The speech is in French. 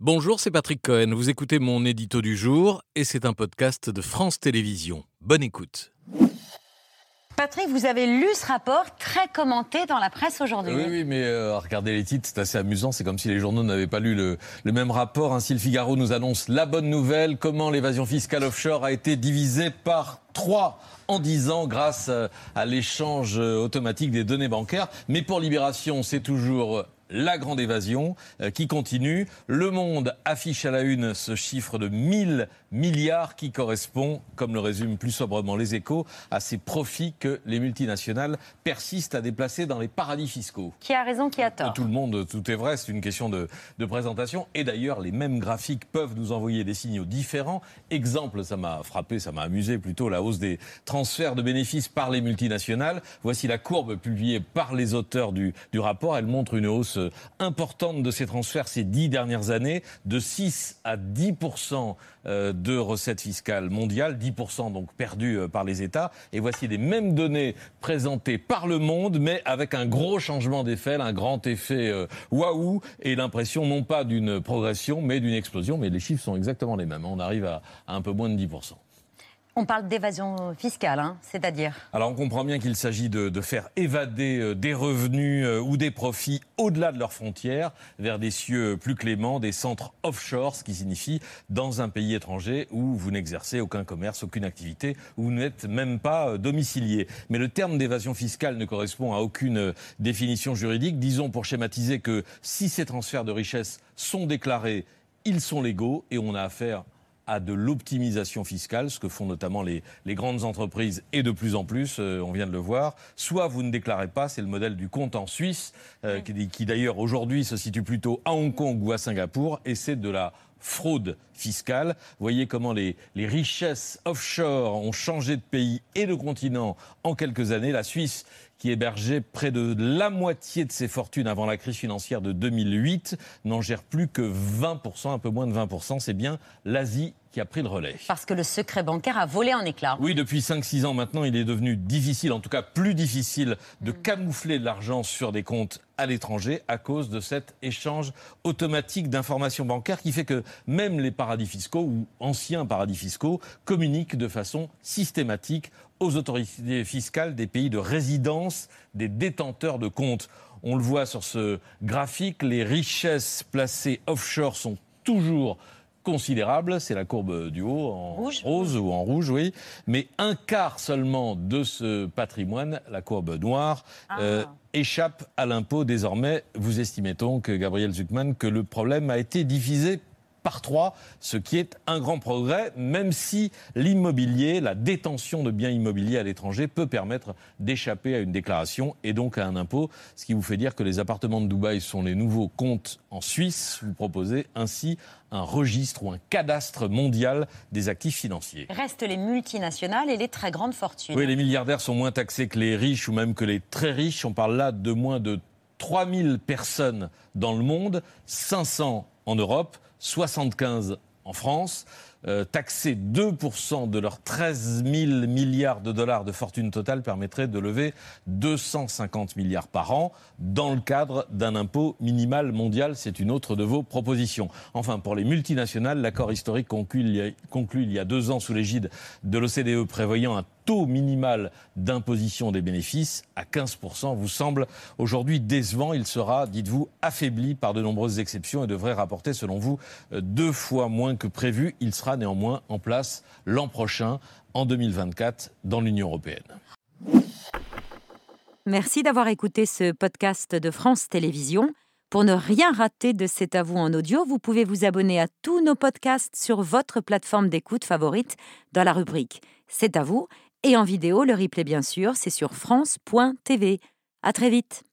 Bonjour, c'est Patrick Cohen. Vous écoutez mon édito du jour et c'est un podcast de France Télévisions. Bonne écoute. Patrick, vous avez lu ce rapport très commenté dans la presse aujourd'hui. Oui, mais regardez les titres, c'est assez amusant. C'est comme si les journaux n'avaient pas lu le même rapport. Ainsi, le Figaro nous annonce la bonne nouvelle. Comment l'évasion fiscale offshore a été divisée par 3 en 10 ans grâce à l'échange automatique des données bancaires. Mais pour Libération, c'est toujours la grande évasion qui continue. Le Monde affiche à la une ce chiffre de 1000 milliards qui correspond, comme le résument plus sobrement les Échos, à ces profits que les multinationales persistent à déplacer dans les paradis fiscaux. Qui a raison, qui a tort? Tout le monde, tout est vrai, c'est une question de présentation. Et d'ailleurs, les mêmes graphiques peuvent nous envoyer des signaux différents. Exemple, ça m'a frappé, ça m'a amusé plutôt, la hausse des transferts de bénéfices par les multinationales. Voici la courbe publiée par les auteurs du rapport. Elle montre une hausse importante de ces transferts ces 10 dernières années, de 6 à 10% de recettes fiscales mondiales, 10% donc perdus par les États. Et voici les mêmes données présentées par Le Monde, mais avec un gros changement d'effet, un grand effet waouh, et l'impression non pas d'une progression, mais d'une explosion. Mais les chiffres sont exactement les mêmes. On arrive à un peu moins de 10%. On parle d'évasion fiscale, c'est-à-dire ? Alors on comprend bien qu'il s'agit de faire évader des revenus ou des profits au-delà de leurs frontières vers des cieux plus cléments, des centres offshore, ce qui signifie dans un pays étranger où vous n'exercez aucun commerce, aucune activité, où vous n'êtes même pas domicilié. Mais le terme d'évasion fiscale ne correspond à aucune définition juridique. Disons pour schématiser que si ces transferts de richesse sont déclarés, ils sont légaux et on a affaire à de l'optimisation fiscale, ce que font notamment les grandes entreprises et de plus en plus, on vient de le voir. Soit vous ne déclarez pas, c'est le modèle du compte en Suisse, qui d'ailleurs aujourd'hui se situe plutôt à Hong Kong ou à Singapour, et c'est de la fraude fiscale. Vous voyez comment les richesses offshore ont changé de pays et de continent en quelques années. La Suisse, qui hébergeait près de la moitié de ses fortunes avant la crise financière de 2008, n'en gère plus que 20%, un peu moins de 20%. C'est bien l'Asie qui a pris le relais. Parce que le secret bancaire a volé en éclats. Oui, depuis 5-6 ans maintenant, il est devenu difficile, en tout cas plus difficile, de camoufler de l'argent sur des comptes à l'étranger à cause de cet échange automatique d'informations bancaires qui fait que même les paradis fiscaux ou anciens paradis fiscaux communiquent de façon systématique aux autorités fiscales des pays de résidence des détenteurs de comptes. On le voit sur ce graphique, les richesses placées offshore sont toujours considérable, c'est la courbe du haut en rose ou en rouge, oui. Mais un quart seulement de ce patrimoine, la courbe noire, échappe à l'impôt désormais. Vous estimez donc, Gabriel Zucman, que le problème a été divisé par 3, ce qui est un grand progrès, même si l'immobilier, la détention de biens immobiliers à l'étranger peut permettre d'échapper à une déclaration et donc à un impôt, ce qui vous fait dire que les appartements de Dubaï sont les nouveaux comptes en Suisse. Vous proposez ainsi un registre ou un cadastre mondial des actifs financiers. Restent les multinationales et les très grandes fortunes. Oui, les milliardaires sont moins taxés que les riches ou même que les très riches. On parle là de moins de 3000 personnes dans le monde, 500 en Europe, 75 en France, taxer 2% de leurs 13 000 milliards de dollars de fortune totale permettrait de lever 250 milliards par an dans le cadre d'un impôt minimal mondial. C'est une autre de vos propositions. Enfin, pour les multinationales, l'accord historique conclu il y a 2 ans sous l'égide de l'OCDE prévoyant un taux minimal d'imposition des bénéfices à 15% vous semble aujourd'hui décevant. Il sera, dites-vous, affaibli par de nombreuses exceptions et devrait rapporter, selon vous, 2 fois moins que prévu. Il sera néanmoins en place l'an prochain, en 2024, dans l'Union européenne. Merci d'avoir écouté ce podcast de France Télévisions. Pour ne rien rater de C'est à vous en audio, vous pouvez vous abonner à tous nos podcasts sur votre plateforme d'écoute favorite dans la rubrique C'est à vous. Et en vidéo, le replay bien sûr, c'est sur France.tv. À très vite.